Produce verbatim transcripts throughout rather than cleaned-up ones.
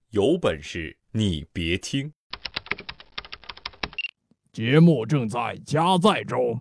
有本事你别听。 节目正在加载中。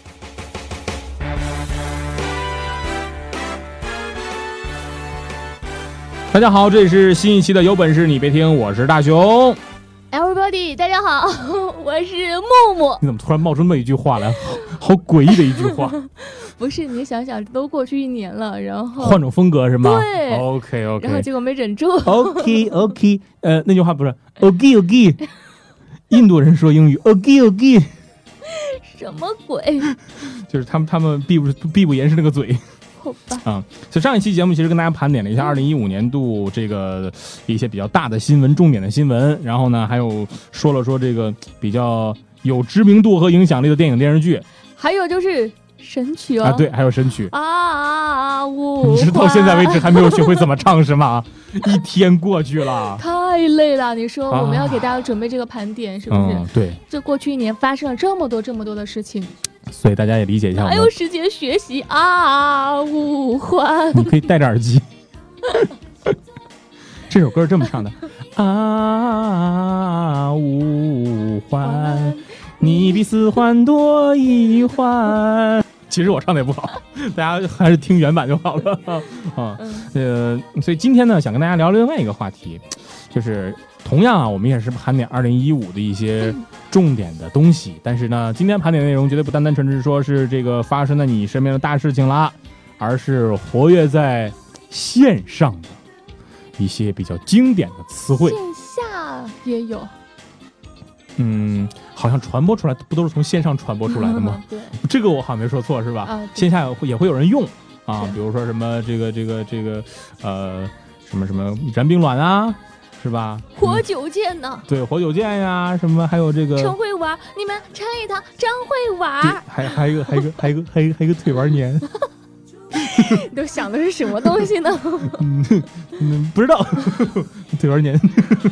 大家好，这里是新一期的有本事你别听，我是大熊。 Everybody， 大家好，我是木木。 你怎么突然冒出那么一句话来？好, 好诡异的一句话。 不是，你想想，都过去一年了，然后换种风格是吗？ 对 ，OK OK， 然后结果没忍住。 OK OK， 呃，那句话不是 OK OK， 印度人说英语 OK OK， 什么鬼？ 就是他们他们闭不闭不严实那个嘴。 好吧。 啊、嗯，所以上一期节目其实跟大家盘点了一下二零一五年度这个一些比较大的新闻、重点的新闻，然后呢，还有说了说这个比较有知名度和影响力的电影电视剧， 还有就是神曲哦， 啊，对，还有神曲啊啊啊！我你直到现在为止还没有学会怎么唱是吗？一天过去了， 太累了。你说我们要给大家准备这个盘点，啊、是不是、 嗯？对， 这过去一年发生了这么多这么多的事情。 所以大家也理解一下， 还有时间学习啊！五环， 你可以戴着耳机。这首歌是这么唱的：啊，五环，你比四环多一环。其实我唱的也不好，大家还是听原版就好了啊。呃，所以今天呢，想跟大家聊另外一个话题，就是同样啊，我们也是盘点二零一五的一些重点的东西，但是呢，今天盘点的内容绝对不单单纯是说是这个发生在你身边的大事情啦，而是活跃在线上的一些比较经典的词汇。 线下也有。 嗯，好像传播出来不都是从线上传播出来的吗？ 嗯、对， 这个我好像没说错是吧？ 啊、 线下也会有人用啊，比如说什么这个这个这个呃什么什么燃冰卵啊。是吧？ 活久见呢、 嗯？对，活久见呀，什么还有这个陈慧玩，你们唱一趟张慧玩， 还还有一个还有一个还有一个还有还有一个腿玩年， 你都想的是什么东西呢？ 嗯嗯，不知道，腿玩年，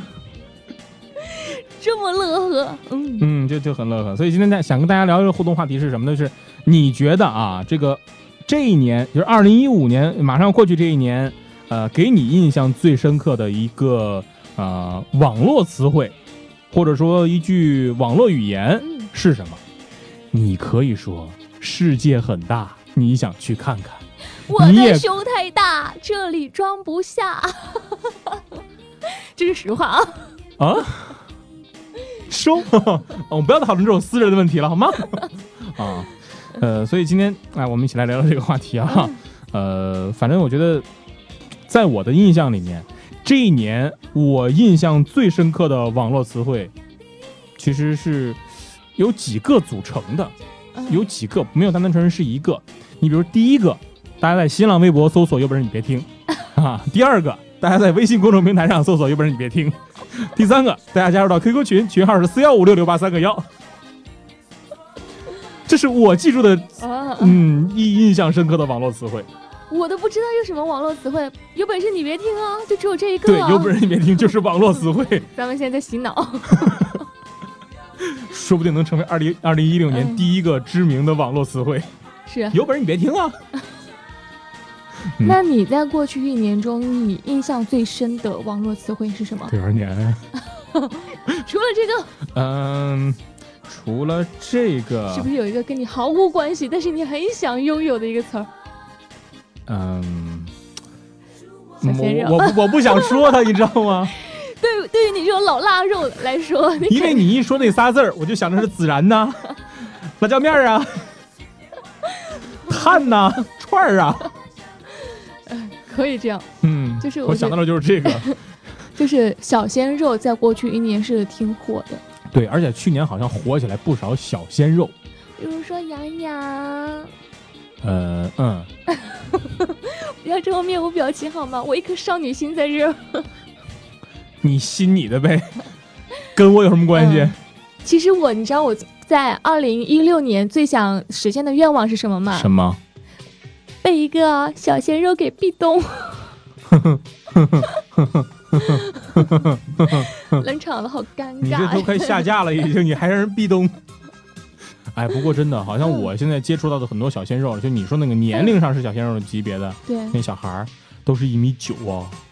这么乐呵，嗯嗯，就就很乐呵。所以今天想跟大家聊一个互动话题是什么呢？是你觉得啊，这个这一年就是二零一五年马上要过去这一年，呃，给你印象最深刻的一个。呃，网络词汇，或者说一句网络语言是什么？嗯、你可以说世界很大，你想去看看。 我的胸太大，这里装不下。这是实话啊！ 啊，收，我们不要讨论这种私人的问题了，好吗？啊，呃，所以今天哎，我们一起来聊聊这个话题啊。呃，反正我觉得，在我的印象里面。这一年我印象最深刻的网络词汇其实是有几个组成的，有几个没有单单纯是一个。你比如第一个，大家在新浪微博搜索有本事你别听啊；第二个，大家在微信公众平台上搜索有本事你别听；第三个，大家加入到 Q Q 群，群号是四幺五六六八三个幺。这是我记住的嗯印印象深刻的网络词汇。 我都不知道有什么网络词汇，有本事你别听啊，就只有这一个、 啊。对，有本事你别听，就是网络词汇。 咱们现在在洗脑， 说不定能成为二零二零一六年第一个知名的网络词汇。 是、啊， 有本事你别听啊。 嗯、那你在过去一年中，你印象最深的网络词汇是什么？ 多少年？ 除了这个， 嗯，除了这个， 是不是有一个跟你毫无关系，但是你很想拥有的一个词儿？ 嗯， 我我我不想说它，你知道吗？ 对，对于你这种老腊肉来说， 因为你一说那仨字儿，我就想着是孜然呐、辣椒面啊、炭呐、啊、串儿啊。 呃，可以这样。 嗯， 就是我, 我想到的就是这个， 就是小鲜肉在过去一年是挺火的。 对，而且去年好像火起来不少小鲜肉， 比如说杨洋。 呃嗯， 不要这么面无表情好吗？我一颗少女心在这。 你信你的呗，跟我有什么关系？ 嗯、其实我，你知道我在二零一六年最想实现的愿望是什么吗？ 什么？ 被一个小鲜肉给壁咚。冷场了，好尴尬。 你这都快下架了，已经，你还让人壁咚。哎，不过真的，好像我现在接触到的很多小鲜肉，就你说那个年龄上是小鲜肉的级别的， 对， 那小孩儿都是一米九哦，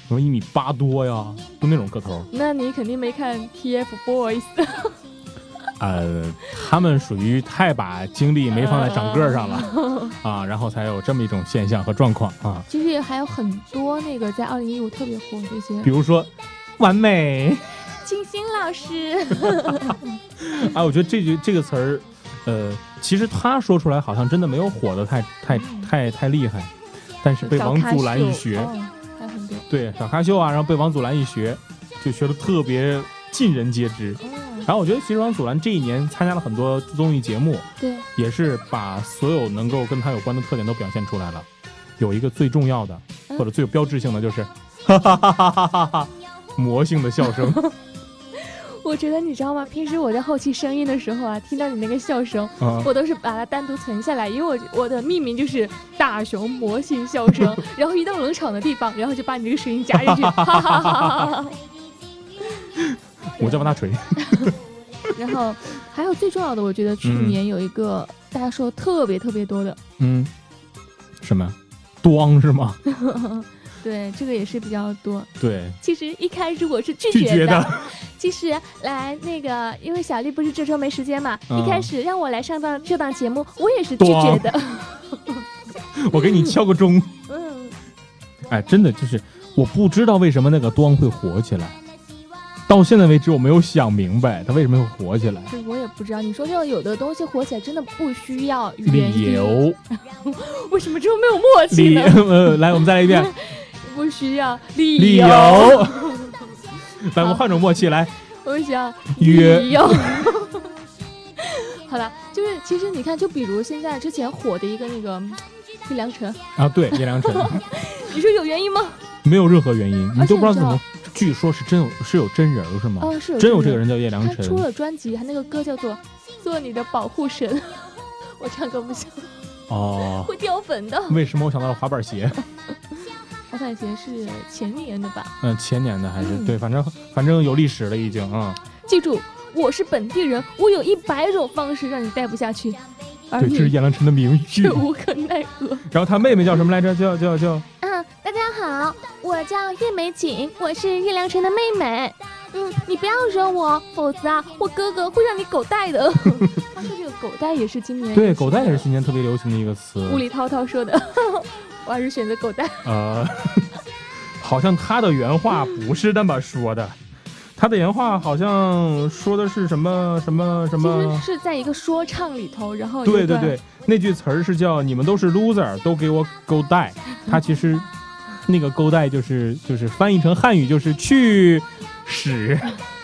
什么一米八多呀，就那种个头。 那你肯定没看 T F Boys。 呃，他们属于太把精力没放在长个上了啊，然后才有这么一种现象和状况啊。 其实还有很多那个在二零一五特别火这些， 比如说完美金星老师。 啊，我觉得这句这个词儿，呃，其实他说出来好像真的没有火的太太太太厉害，但是被王祖蓝一学， 哦、还有很多对小咖秀啊，然后被王祖蓝一学，就学的特别尽人皆知。哦然后我觉得其实王祖蓝这一年参加了很多综艺节目， 对， 也是把所有能够跟他有关的特点都表现出来了。有一个最重要的、嗯、或者最有标志性的就是哈哈哈哈哈哈哈魔性的笑声。 我觉得你知道吗？平时我在后期声音的时候啊，听到你那个笑声，嗯、我都是把它单独存下来，因为我我的命名就是大熊魔性笑声。然后一到冷场的地方，然后就把你这个声音加进去，哈哈哈哈哈。 我在帮他锤。 然后还有最重要的，我觉得去年有一个、嗯、大家说特别特别多的， 嗯，什么？咣是吗？ 对，这个也是比较多。 对， 其实一开始我是拒绝的。 拒绝的其实来那个，因为小丽不是这周没时间嘛，嗯、一开始让我来上档这档节目，我也是拒绝的。 我给你敲个钟。嗯，哎，真的就是我不知道为什么那个咣会火起来。到现在为止，我没有想明白它为什么会火起来。 对，我也不知道。你说这有的东西火起来真的不需要原因。 理由。 为什么这么没有默契呢？ 呃，来，我们再来一遍。 不需要理由。 理由来，我们换种默契来。 我需要约。 理由。好了，就是其实你看，就比如现在之前火的一个那个叶良辰啊，对，叶良辰。 你说有原因吗？ 没有任何原因，你都不知道怎么。据说是真有是有真人是吗？ 哦，是有真有这个人叫叶良辰。 他出了专辑，他那个歌叫做《做你的保护神》。我唱歌不行。 哦。 会掉粉的。 为什么我想到了滑板鞋？ 滑板鞋是前年的吧？ 嗯，前年的还是、嗯、对，反正反正有历史了已经啊、嗯。 记住，我是本地人，我有一百种方式让你待不下去。而对，这是叶良辰的名句。 无可奈何。 然后他妹妹叫什么来着？叫叫叫。 嗯，大家好，我叫叶美锦，我是叶良辰的妹妹。嗯，你不要惹我，否则啊，我哥哥会让你狗带的。他说这个狗带也是今年对，狗带也是今年特别流行的一个词。 吴里涛涛说的，我还是选择狗带。 呃，好像他的原话不是那么说的。他的原话好像说的是什么什么什么， 其实是在一个说唱里头，然后对对对，那句词儿是叫你们都是 loser， 都给我狗带。他其实那个狗带就是就是翻译成汉语就是去屎。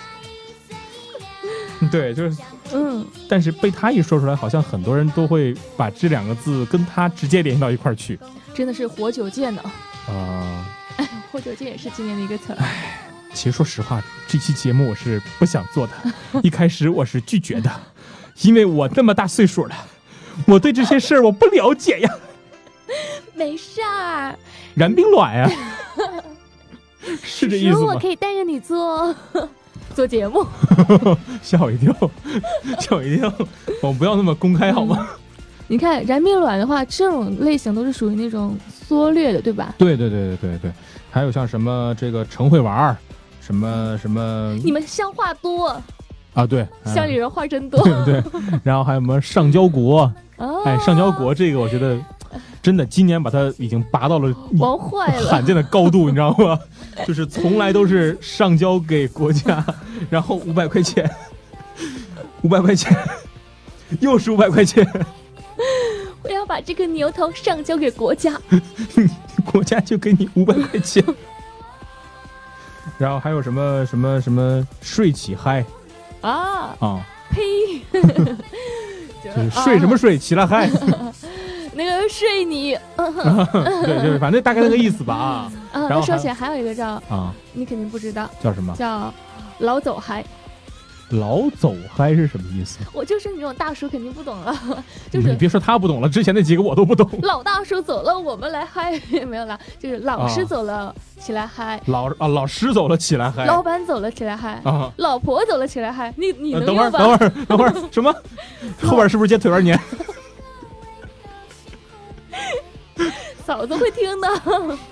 对，就是嗯，但是被他一说出来，好像很多人都会把这两个字跟他直接联系到一块儿去。 真的是活久见的啊！ 哎，活久见也是今年的一个词儿。 其实说实话，这期节目我是不想做的，一开始我是拒绝的，因为我那么大岁数了，我对这些事儿我不了解呀。 没事儿， 燃冰卵呀，是这意思吗？ 我可以带着你做做节目。 吓我一跳，吓我一跳，我不要那么公开好吗？ 嗯、你看燃冰卵的话，这种类型都是属于那种缩略的，对吧？ 对对对对对对，还有像什么这个陈慧玩。什么什么？ 你们乡话多啊？对， 乡里人话真多。 对对，然后还有什么上交国？哦、哎，上交国这个我觉得真的今年把它已经拔到了玩坏了罕见的高度，你知道吗？就是从来都是上交给国家，然后五百块钱，五百块钱，又是五百块钱。 我要把这个牛头上交给国家， 国家就给你五百块钱。然后还有什么什么什么睡起嗨啊啊呸！ 就是睡什么睡、啊、起来嗨， 那个睡你， 对，就是反正大概那个意思吧啊。 啊， 然后说起来还有一个叫啊， 你肯定不知道叫什么？ 叫老走嗨。 老走嗨是什么意思？ 我就是你这种大叔肯定不懂了，就是你别说他不懂了，之前那几个我都不懂。 老大叔走了，我们来嗨，没有啦，就是老师走了，啊、起来嗨。 老啊，老师走了起来嗨。 老板走了起来嗨。啊，老婆走了起来嗨。你你能用吧？等会儿，等会儿，等会儿，什么？后边是不是接腿儿年？ 嫂子会听的。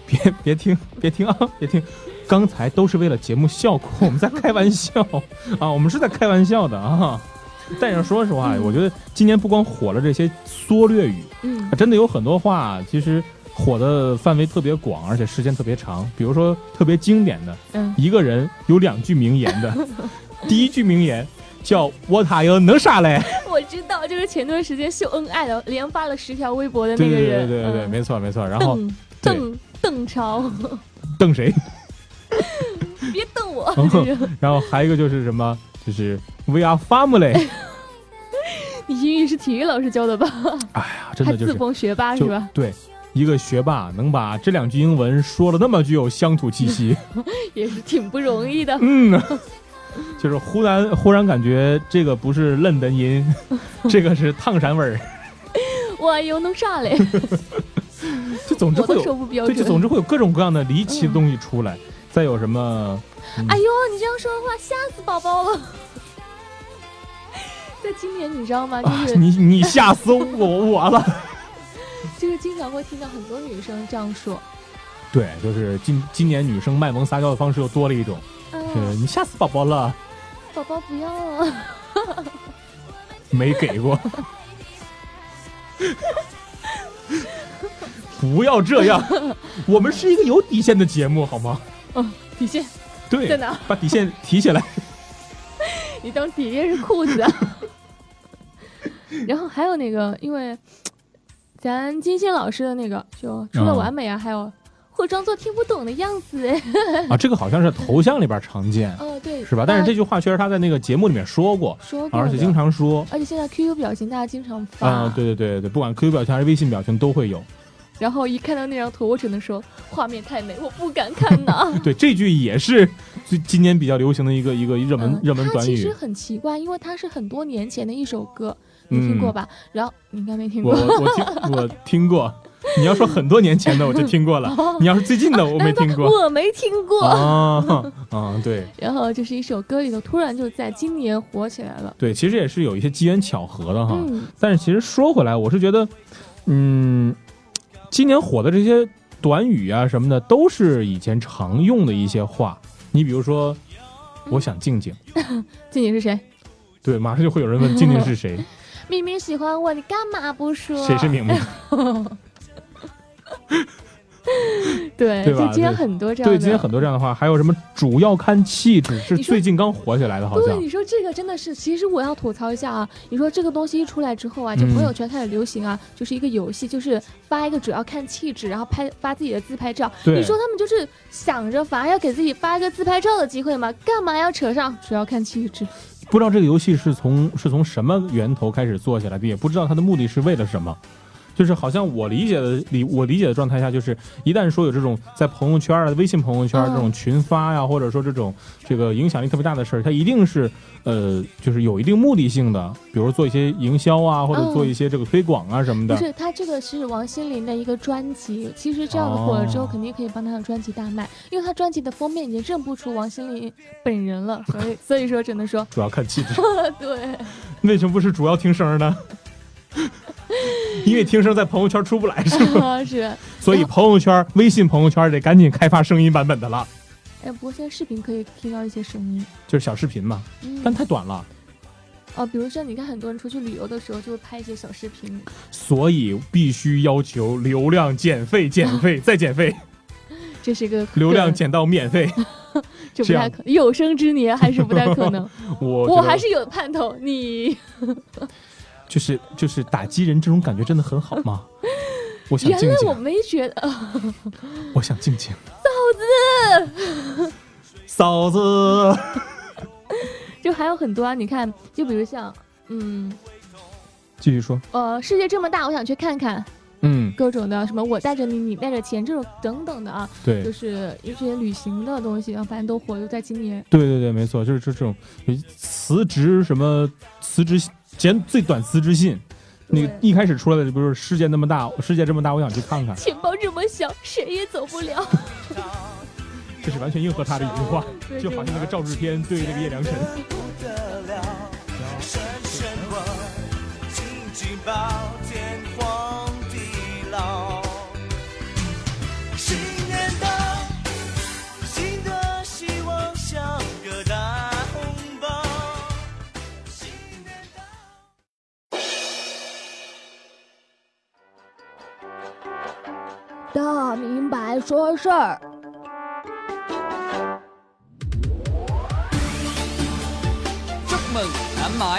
别别听别听啊别听，刚才都是为了节目效果，我们在开玩笑啊，我们是在开玩笑的啊。但是说实话，嗯、我觉得今年不光火了这些缩略语，嗯，真的有很多话其实火的范围特别广，而且时间特别长。比如说特别经典的，嗯，一个人有两句名言的，第一句名言叫“我他又能啥嘞”。 我知道，就是前段时间秀恩爱的，连发了十条微博的那个人。 对对对对对，嗯、没错没错。然后邓邓超， 瞪谁？ 别瞪我。 然后还有一个就是什么，就是 We are family。 你英语是体育老师教的吧？ 哎呀，真的就是还自封学霸是吧？ 对，一个学霸能把这两句英文说的那么具有乡土气息， 也是挺不容易的。 嗯，就是忽然忽然感觉这个不是嫩的音，这个是烫山味儿。 我又弄啥嘞？ 就总之会有，对，就总之会有各种各样的离奇的东西出来。嗯、再有什么？ 嗯、哎呦，你这样说的话，吓死宝宝了。在今年你知道吗？就是、 啊、你你吓死我我了。 就是经常会听到很多女生这样说。 对，就是今今年女生卖萌撒娇的方式又多了一种。嗯、呃，你吓死宝宝了。 宝宝不要了。 没给过。不要这样，我们是一个有底线的节目，好吗？ 嗯，底线。 对， 在哪？ 把底线提起来。 你当底线是裤子啊？然后还有那个，因为咱金星老师的那个，就除了完美啊，嗯、还有会装作听不懂的样子哎。 啊，这个好像是头像里边常见， 哦对， 是吧？但是这句话确实他在那个节目里面说过， 说过， 而且经常说。 而且现在 Q Q 表情大家经常发。 啊，对对对对，不管 Q Q 表情还是微信表情都会有。 然后一看到那张图，我只能说画面太美，我不敢看呐。 对，这句也是最今年比较流行的一个一个热门、嗯、热门短语。 它其实很奇怪，因为它是很多年前的一首歌，你听过吧？嗯、然后你应该没听过。 我我听我听过。你要说很多年前的我就听过了，哦、你要是最近的我没听过。 我没听过。 啊啊，对。 然后就是一首歌里头突然就在今年火起来了。 对，其实也是有一些机缘巧合的哈。嗯、但是其实说回来，我是觉得，嗯。今年火的这些短语啊什么的，都是以前常用的一些话。你比如说，我想静静。 静静是谁？ 对，马上就会有人问静静是谁。 明明喜欢我，你干嘛不说？ 谁是明明？ 对， 对吧？ 就今天很多这样的。 对，今天很多这样的话，还有什么主要看气质，是最近刚火起来的，好像。 对，你说这个真的是，其实我要吐槽一下啊。你说这个东西一出来之后啊，就朋友圈开始流行啊，嗯、就是一个游戏，就是发一个主要看气质，然后拍发自己的自拍照。你说他们就是想着反而要给自己发一个自拍照的机会吗？干嘛要扯上主要看气质？ 不知道这个游戏是从是从什么源头开始做起来的，也不知道它的目的是为了什么。就是好像我理解的理我理解的状态下，就是一旦说有这种在朋友圈啊、微信朋友圈这种群发呀、啊，或者说这种这个影响力特别大的事儿，它一定是呃，就是有一定目的性的，比如做一些营销啊，或者做一些这个推广啊什么的。 不是，它这个是王心凌的一个专辑，其实这样的火了之后，肯定可以帮他的专辑大卖，因为他专辑的封面已经认不出王心凌本人了，所以所以说只能说主要看气质。 对， 为什么不是主要听声呢？因为听声在朋友圈出不来是吗？ 是， 所以朋友圈、微信朋友圈得赶紧开发声音版本的了。 哎，不过现在视频可以听到一些声音， 就是小视频嘛，嗯、但太短了。 哦，比如说你看很多人出去旅游的时候就会拍一些小视频， 所以必须要求流量减费、减费再减费。 这是一个流量减到免费。 这不太可能，有生之年还是不太可能。 我我还是有盼头，你。 就是就是打击人这种感觉真的很好吗？我想静静。 原来我没觉得。 我想静静。 嫂子， 嫂子。 就还有很多啊，你看，就比如像，嗯， 继续说。 呃，世界这么大，我想去看看。 嗯， 各种的什么我带着你，你带着钱，这种等等的啊。 对， 就是一些旅行的东西，反正都火，就在今年。 对对对，没错，就是这种辞职什么辞职。简最短辞职信，那个一开始出来的不是世界那么大，世界这么大，我想去看看。 钱包这么小，谁也走不了。 这是完全应和他的一句话，就好像那个赵志天对那个叶良辰。新年明白说事儿。 祝mừng năm mới。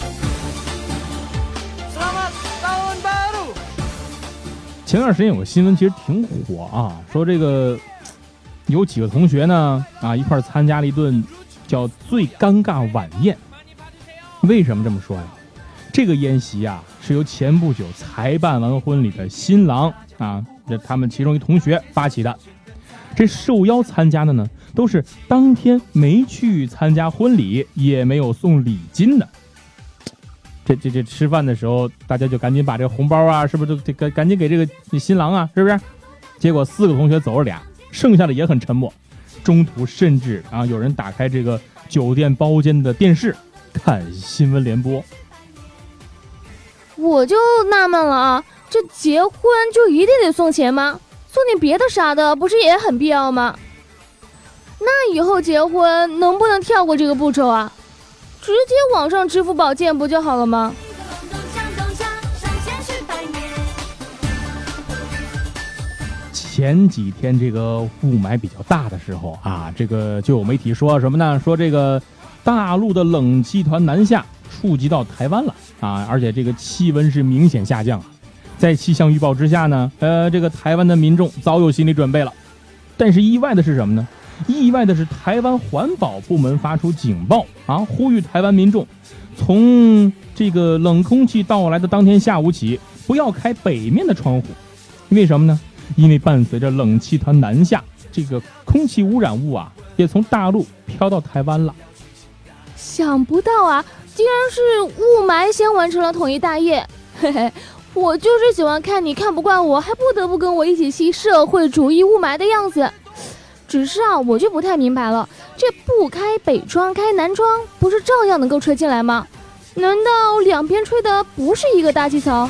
前段时间有个新闻其实挺火啊，说这个有几个同学呢啊一块儿参加了一顿叫最尴尬晚宴。为什么这么说呀？这个宴席啊是由前不久才办完婚礼的新郎啊，这他们其中一同学发起的。这受邀参加的呢都是当天没去参加婚礼也没有送礼金的。这这这吃饭的时候，大家就赶紧把这个红包啊，是不是就赶赶紧给这个新郎啊，是不是？结果四个同学走了俩，剩下的也很沉默。中途甚至啊，有人打开这个酒店包间的电视看新闻联播。 我就纳闷了啊，这结婚就一定得送钱吗？送点别的啥的，不是也很必要吗？那以后结婚能不能跳过这个步骤啊？直接网上支付宝建不就好了吗？ 前几天这个雾霾比较大的时候啊，这个就有媒体说什么呢？说这个大陆的冷气团南下，触及到台湾了啊，而且这个气温是明显下降啊。在气象预报之下呢，呃，这个台湾的民众早有心理准备了。但是意外的是什么呢？意外的是台湾环保部门发出警报啊，呼吁台湾民众从这个冷空气到来的当天下午起，不要开北面的窗户。为什么呢？因为伴随着冷气团南下，这个空气污染物啊也从大陆飘到台湾了。 想不到啊，竟然是雾霾先完成了统一大业。嘿嘿，我就是喜欢看你看不惯我，还不得不跟我一起吸社会主义雾霾的样子。只是啊，我就不太明白了，这不开北窗开南窗，不是照样能够吹进来吗？难道两边吹的不是一个大气层？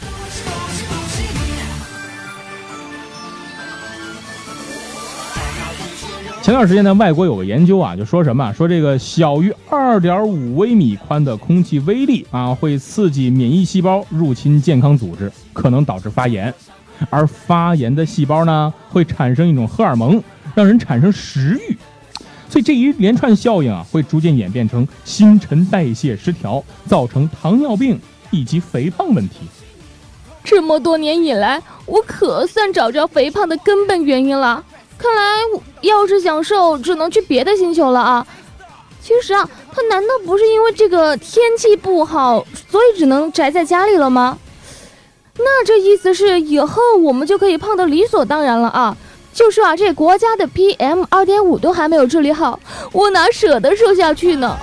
前段时间呢，外国有个研究啊，就说什么说这个小于 二点五微米宽的空气微粒啊，会刺激免疫细胞入侵健康组织，可能导致发炎。而发炎的细胞呢，会产生一种荷尔蒙，让人产生食欲。所以这一连串效应啊，会逐渐演变成新陈代谢失调，造成糖尿病以及肥胖问题。 这么多年以来，我可算找着肥胖的根本原因了。看来要是想瘦，只能去别的星球了啊！其实啊，他难道不是因为这个天气不好，所以只能宅在家里了吗？那这意思是以后我们就可以胖得理所当然了啊！就说啊，这国家的 P M 二点五 都还没有治理好，我哪舍得瘦下去呢？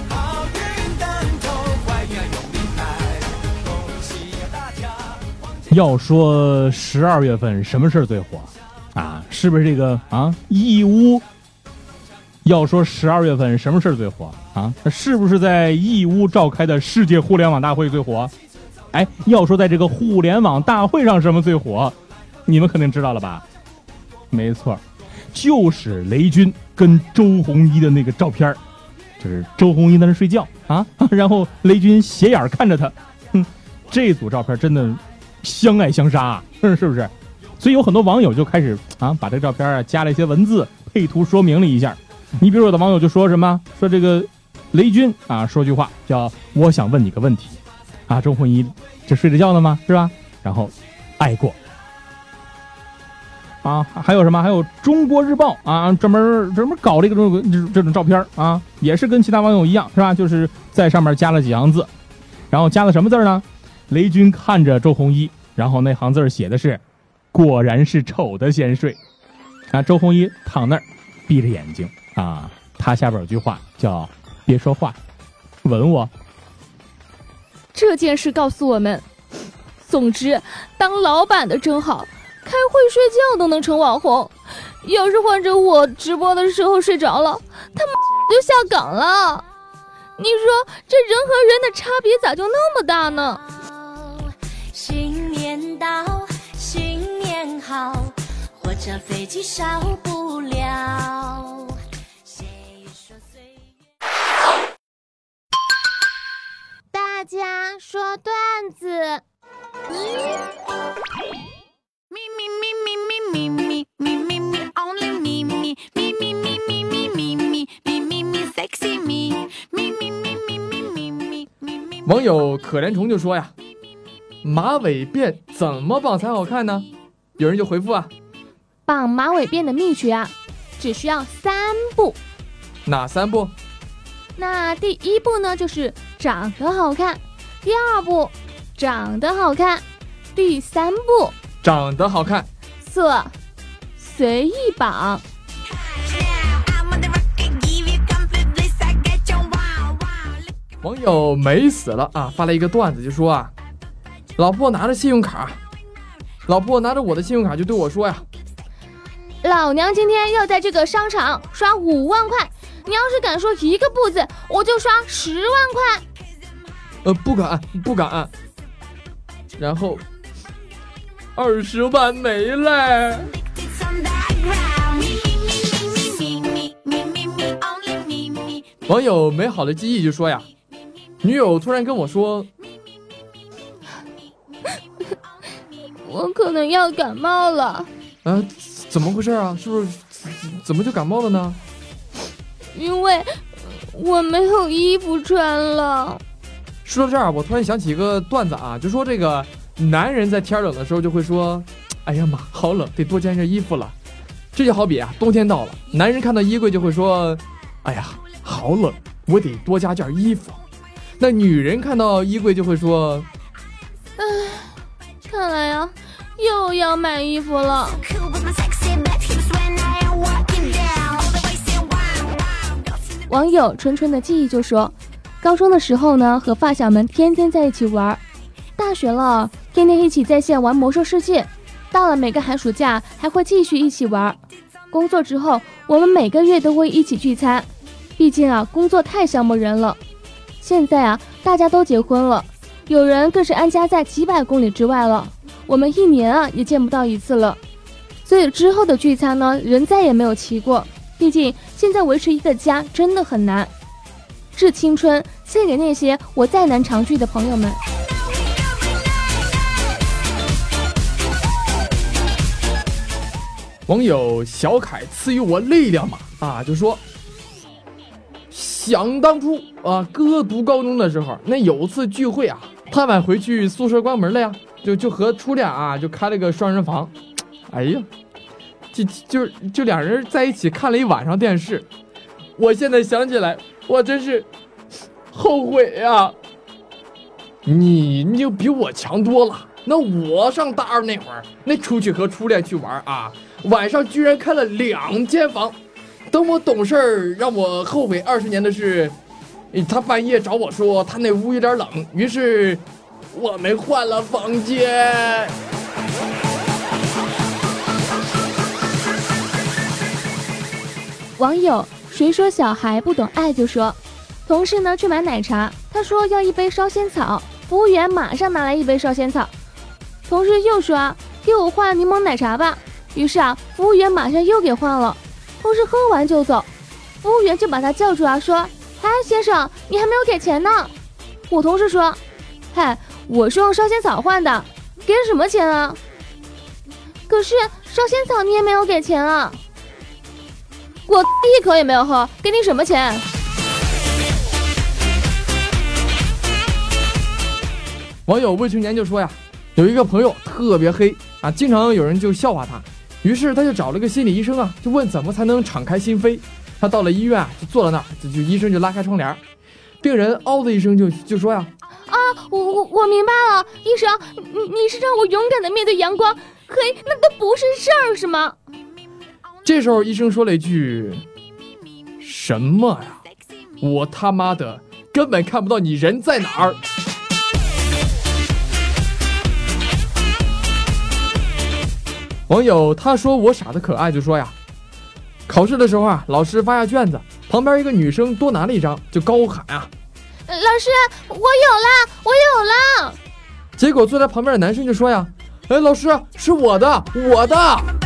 要说十二月份什么事儿最火啊？是不是这个啊义乌？要说十二月份什么事儿最火啊？是不是在义乌召开的世界互联网大会最火？哎，要说在这个互联网大会上什么最火，你们肯定知道了吧？没错，就是雷军跟周鸿祎的那个照片，就是周鸿祎在那睡觉啊，然后雷军斜眼看着他，哼，这组照片真的相爱相杀啊，是不是？所以有很多网友就开始啊，把这个照片啊加了一些文字配图说明了一下。你比如有的网友就说什么，说这个雷军啊说句话叫我想问你个问题啊，周鸿祎这睡着觉呢吗？是吧？然后爱过啊，还有什么？还有中国日报啊，专门专门搞了一个这种这种照片啊，也是跟其他网友一样，是吧？就是在上面加了几行字，然后加了什么字呢？雷军看着周鸿祎，然后那行字写的是果然是丑的先睡啊。周鸿祎躺那儿闭着眼睛啊，他下边有句话叫别说话，吻我。 这件事告诉我们，总之当老板的真好，开会睡觉都能成网红。要是换着我直播的时候睡着了，他妈就下岗了。你说这人和人的差别咋就那么大呢？ 新年到，新年好，火车飞机少不了。谁说岁月？大家说段子。咪咪咪咪咪咪。 网友可怜虫就说呀，马尾辫怎么绑才好看呢？有人就回复啊， 绑马尾辫的秘诀啊，只需要三步。 哪三步？ 那第一步呢，就是长得好看；第二步，长得好看；第三步， 长得好看。 色随意绑。 网友美死了啊，发了一个段子就说啊，老婆拿着信用卡，老婆拿着我的信用卡就对我说呀， 老娘今天要在这个商场刷五万块，你要是敢说一个不字，我就刷十万块。 呃，不敢，不敢。然后二十万没了。网友美好的记忆就说呀，女友突然跟我说， 我可能要感冒了。 呃，怎么回事啊？是不是怎么就感冒了呢？ 因为我没有衣服穿了。 说到这儿，我突然想起一个段子啊，就说这个男人在天冷的时候就会说，哎呀妈，好冷，得多加件衣服了。这就好比啊，冬天到了，男人看到衣柜就会说，哎呀，好冷，我得多加件衣服。那女人看到衣柜就会说， 唉，看来呀，又要买衣服了。网友春春的记忆就说，高中的时候呢，和发小们天天在一起玩，大学了，天天一起在线玩魔兽世界，到了每个寒暑假还会继续一起玩。工作之后，我们每个月都会一起聚餐，毕竟啊，工作太消磨人了。现在啊，大家都结婚了，有人更是安家在几百公里之外了，我们一年啊也见不到一次了。所以之后的聚餐呢，人再也没有齐过，毕竟现在维持一个家真的很难。致青春，献给那些我再难常聚的朋友们。 网友小凯赐予我力量嘛啊，就说，想当初啊，哥读高中的时候，那有次聚会啊，傍晚回去宿舍关门了呀，就就和初恋啊就开了个双人房，哎呀，就就就两人在一起看了一晚上电视。我现在想起来，我真是后悔呀。你你就比我强多了。那我上大二那会儿，那出去和初恋去玩啊，晚上居然开了两间房。等我懂事儿，让我后悔二十年的是，他半夜找我说他那屋有点冷，于是我们换了房间。 网友谁说小孩不懂爱就说，同事呢去买奶茶，他说要一杯烧仙草，服务员马上拿来一杯烧仙草。同事又说给我换柠檬奶茶吧，于是啊，服务员马上又给换了。同事喝完就走，服务员就把他叫住啊，说，嗨先生，你还没有给钱呢。我同事说，嗨，我是用烧仙草换的，给什么钱啊？可是烧仙草你也没有给钱啊。我一口也没有喝，给你什么钱？ 网友魏青年就说呀，有一个朋友特别黑啊，经常有人就笑话他，于是他就找了个心理医生啊，就问怎么才能敞开心扉。他到了医院啊，就坐在那儿，就就医生就拉开窗帘，病人嗷的一声就就说呀， 啊，我我我明白了，医生，你你是让我勇敢的面对阳光，黑那都不是事儿是吗？ 这时候医生说了一句，什么呀？我他妈的根本看不到你人在哪儿。网友他说我傻的可爱就说呀，考试的时候啊，老师发下卷子，旁边一个女生多拿了一张，就高喊啊， 老师，我有了，我有了。 结果坐在旁边的男生就说呀，哎，老师是我的，我的。